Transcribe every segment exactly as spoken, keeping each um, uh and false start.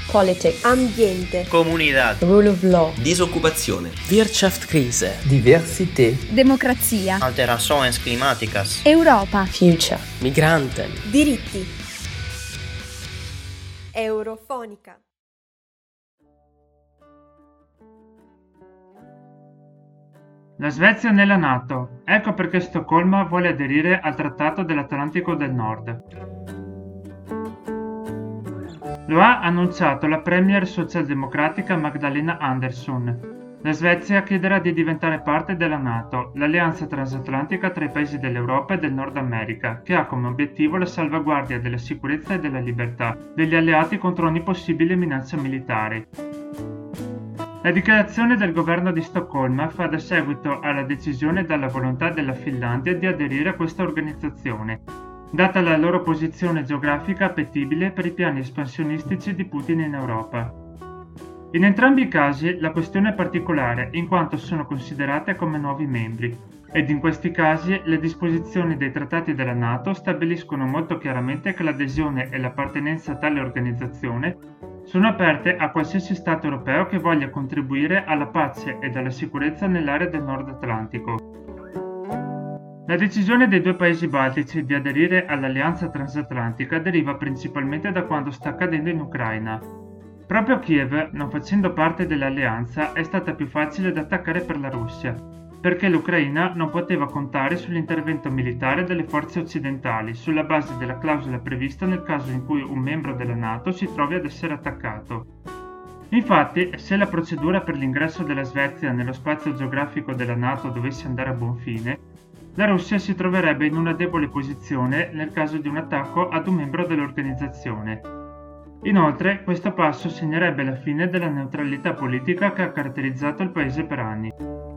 Politik, ambiente, comunidad, rule of law, disoccupazione, Wirtschaftskrise, Diversität, democrazia, alterações climáticas, Europa, future, migranten, diritti. Eurofonica. La Svezia nella NATO. Ecco perché Stoccolma vuole aderire al Trattato dell'Atlantico del Nord. Lo ha annunciato la premier socialdemocratica Magdalena Andersson. La Svezia chiederà di diventare parte della NATO, l'alleanza transatlantica tra i paesi dell'Europa e del Nord America, che ha come obiettivo la salvaguardia della sicurezza e della libertà degli alleati contro ogni possibile minaccia militare. La dichiarazione del governo di Stoccolma fa da seguito alla decisione dalla volontà della Finlandia di aderire a questa organizzazione, data la loro posizione geografica appetibile per i piani espansionistici di Putin in Europa. In entrambi i casi la questione è particolare in quanto sono considerate come nuovi membri, ed in questi casi le disposizioni dei trattati della NATO stabiliscono molto chiaramente che l'adesione e l'appartenenza a tale organizzazione sono aperte a qualsiasi Stato europeo che voglia contribuire alla pace e alla sicurezza nell'area del Nord Atlantico. La decisione dei due paesi baltici di aderire all'alleanza transatlantica deriva principalmente da quanto sta accadendo in Ucraina. Proprio Kiev, non facendo parte dell'alleanza, è stata più facile da attaccare per la Russia, perché l'Ucraina non poteva contare sull'intervento militare delle forze occidentali sulla base della clausola prevista nel caso in cui un membro della NATO si trovi ad essere attaccato. Infatti, se la procedura per l'ingresso della Svezia nello spazio geografico della NATO dovesse andare a buon fine, la Russia si troverebbe in una debole posizione nel caso di un attacco ad un membro dell'organizzazione. Inoltre, questo passo segnerebbe la fine della neutralità politica che ha caratterizzato il paese per anni.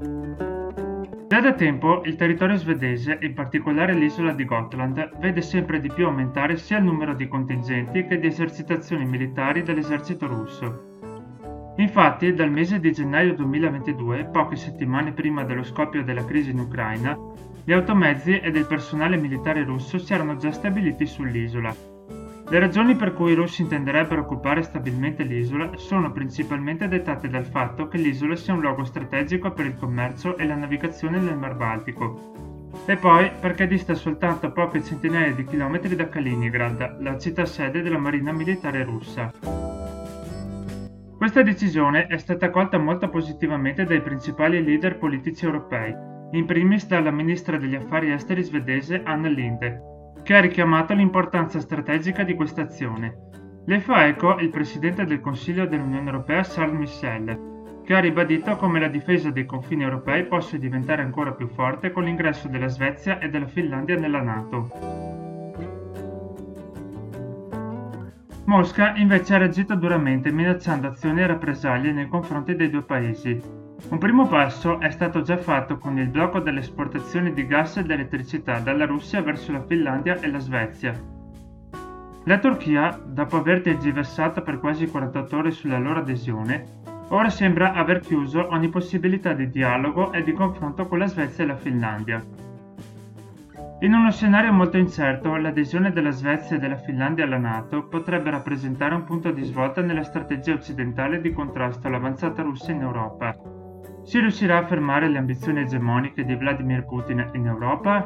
Già da tempo il territorio svedese, in particolare l'isola di Gotland, vede sempre di più aumentare sia il numero di contingenti che di esercitazioni militari dell'esercito russo. Infatti, dal mese di gennaio duemilaventidue, poche settimane prima dello scoppio della crisi in Ucraina, gli automezzi ed il personale militare russo si erano già stabiliti sull'isola. Le ragioni per cui i russi intenderebbero occupare stabilmente l'isola sono principalmente dettate dal fatto che l'isola sia un luogo strategico per il commercio e la navigazione nel Mar Baltico. E poi perché dista soltanto poche centinaia di chilometri da Kaliningrad, la città sede della Marina Militare russa. Questa decisione è stata accolta molto positivamente dai principali leader politici europei, in primis dalla ministra degli affari esteri svedese Ann Linde, che ha richiamato l'importanza strategica di questa azione. Le fa eco il presidente del Consiglio dell'Unione Europea Charles Michel, che ha ribadito come la difesa dei confini europei possa diventare ancora più forte con l'ingresso della Svezia e della Finlandia nella NATO. Mosca invece ha reagito duramente minacciando azioni e rappresaglie nei confronti dei due paesi. Un primo passo è stato già fatto con il blocco delle esportazioni di gas ed elettricità dalla Russia verso la Finlandia e la Svezia. La Turchia, dopo aver tergiversato per quasi quarantotto ore sulla loro adesione, ora sembra aver chiuso ogni possibilità di dialogo e di confronto con la Svezia e la Finlandia. In uno scenario molto incerto, l'adesione della Svezia e della Finlandia alla NATO potrebbe rappresentare un punto di svolta nella strategia occidentale di contrasto all'avanzata Russia in Europa. Si riuscirà a fermare le ambizioni egemoniche di Vladimir Putin in Europa?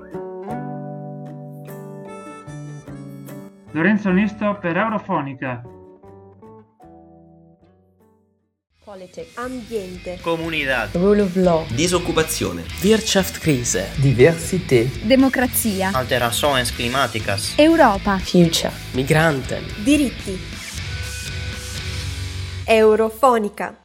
Lorenzo Nisto per Eurofonica. Politik, ambiente, comunidad, rule of law, disoccupazione, Wirtschaftskrise, Diversität, democrazia, alterações climáticas, Europa, future, migranten. Diritti. Eurofonica.